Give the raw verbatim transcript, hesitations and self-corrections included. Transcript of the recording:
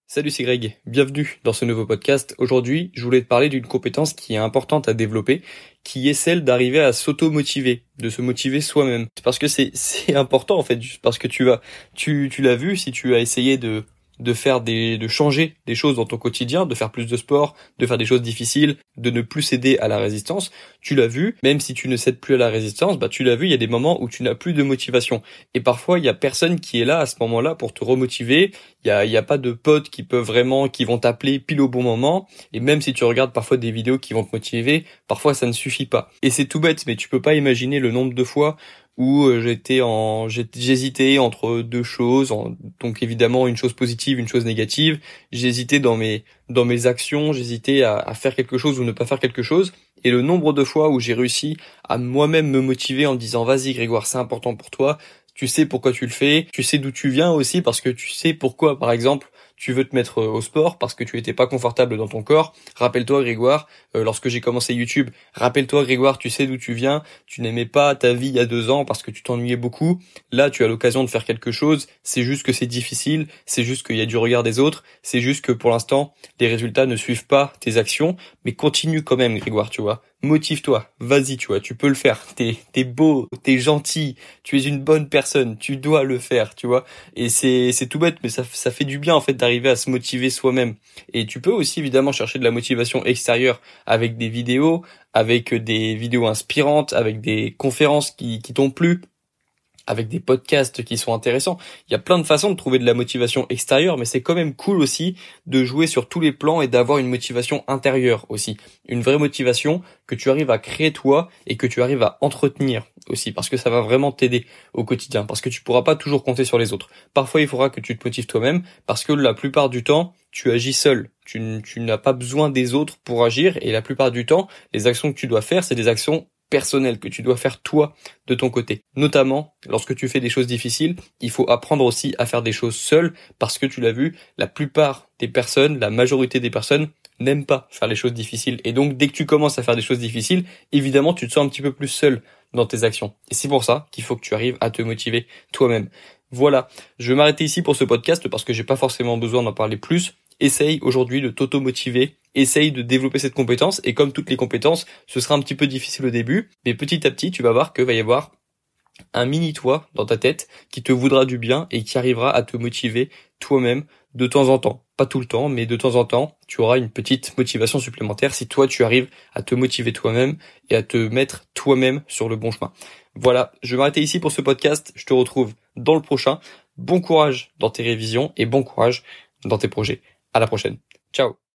Salut, c'est Greg. Bienvenue dans ce nouveau podcast. Aujourd'hui, je voulais te parler d'une compétence qui est importante à développer, qui est celle d'arriver à s'auto-motiver, de se motiver soi-même. C'est parce que c'est c'est important en fait, juste parce que tu vas tu tu l'as vu, si tu as essayé de de faire des de changer des choses dans ton quotidien, de faire plus de sport, de faire des choses difficiles, de ne plus céder à la résistance, tu l'as vu, même si tu ne cèdes plus à la résistance, bah tu l'as vu, il y a des moments où tu n'as plus de motivation. Et parfois, il y a personne qui est là à ce moment-là pour te remotiver. Il y a il y a pas de potes qui peuvent vraiment qui vont t'appeler pile au bon moment, et même si tu regardes parfois des vidéos qui vont te motiver, parfois ça ne suffit pas. Et c'est tout bête, mais tu peux pas imaginer le nombre de fois où euh, j'étais en j'ai- j'hésitais entre deux choses, en- donc évidemment une chose positive, une chose négative. J'hésitais dans mes dans mes actions, j'hésitais à, à faire quelque chose ou ne pas faire quelque chose. Et le nombre de fois où j'ai réussi à moi-même me motiver en me disant vas-y Grégoire, c'est important pour toi, tu sais pourquoi tu le fais, tu sais d'où tu viens aussi parce que tu sais pourquoi, par exemple, tu veux te mettre euh, au sport parce que tu étais pas confortable dans ton corps. Rappelle-toi Grégoire, euh, lorsque j'ai commencé YouTube, rappelle-toi Grégoire, tu sais d'où tu viens, tu n'aimais pas ta vie il y a deux ans parce que tu t'ennuyais beaucoup. Là, tu as l'occasion de faire quelque chose, c'est juste que c'est difficile, c'est juste qu'il y a du regard des autres, c'est juste que pour l'instant, les résultats ne suivent pas tes actions, mais continue quand même Grégoire, tu vois. Motive-toi, vas-y, tu vois, tu peux le faire. T'es, t'es beau, t'es gentil, tu es une bonne personne, tu dois le faire, tu vois. Et c'est, c'est tout bête, mais ça, ça fait du bien, en fait, d'arriver à se motiver soi-même. Et tu peux aussi, évidemment, chercher de la motivation extérieure avec des vidéos, avec des vidéos inspirantes, avec des conférences qui, qui t'ont plu, avec des podcasts qui sont intéressants. Il y a plein de façons de trouver de la motivation extérieure, mais c'est quand même cool aussi de jouer sur tous les plans et d'avoir une motivation intérieure aussi. Une vraie motivation que tu arrives à créer toi et que tu arrives à entretenir aussi, parce que ça va vraiment t'aider au quotidien, parce que tu pourras pas toujours compter sur les autres. Parfois, il faudra que tu te motives toi-même, parce que la plupart du temps, tu agis seul. Tu, n- tu n'as pas besoin des autres pour agir, et la plupart du temps, les actions que tu dois faire, c'est des actions personnelles que tu dois faire toi de ton côté. Notamment, lorsque tu fais des choses difficiles, il faut apprendre aussi à faire des choses seul parce que tu l'as vu, la plupart des personnes, la majorité des personnes n'aiment pas faire les choses difficiles. Et donc, dès que tu commences à faire des choses difficiles, évidemment, tu te sens un petit peu plus seul dans tes actions. Et c'est pour ça qu'il faut que tu arrives à te motiver toi-même. Voilà. Je vais m'arrêter ici pour ce podcast parce que j'ai pas forcément besoin d'en parler plus. Essaye aujourd'hui de t'auto-motiver, essaye de développer cette compétence, et comme toutes les compétences, ce sera un petit peu difficile au début, mais petit à petit, tu vas voir que va y avoir un mini toi dans ta tête qui te voudra du bien et qui arrivera à te motiver toi-même de temps en temps. Pas tout le temps, mais de temps en temps, tu auras une petite motivation supplémentaire si toi tu arrives à te motiver toi-même et à te mettre toi-même sur le bon chemin. Voilà, je vais m'arrêter ici pour ce podcast, je te retrouve dans le prochain. Bon courage dans tes révisions et bon courage dans tes projets. À la prochaine. Ciao.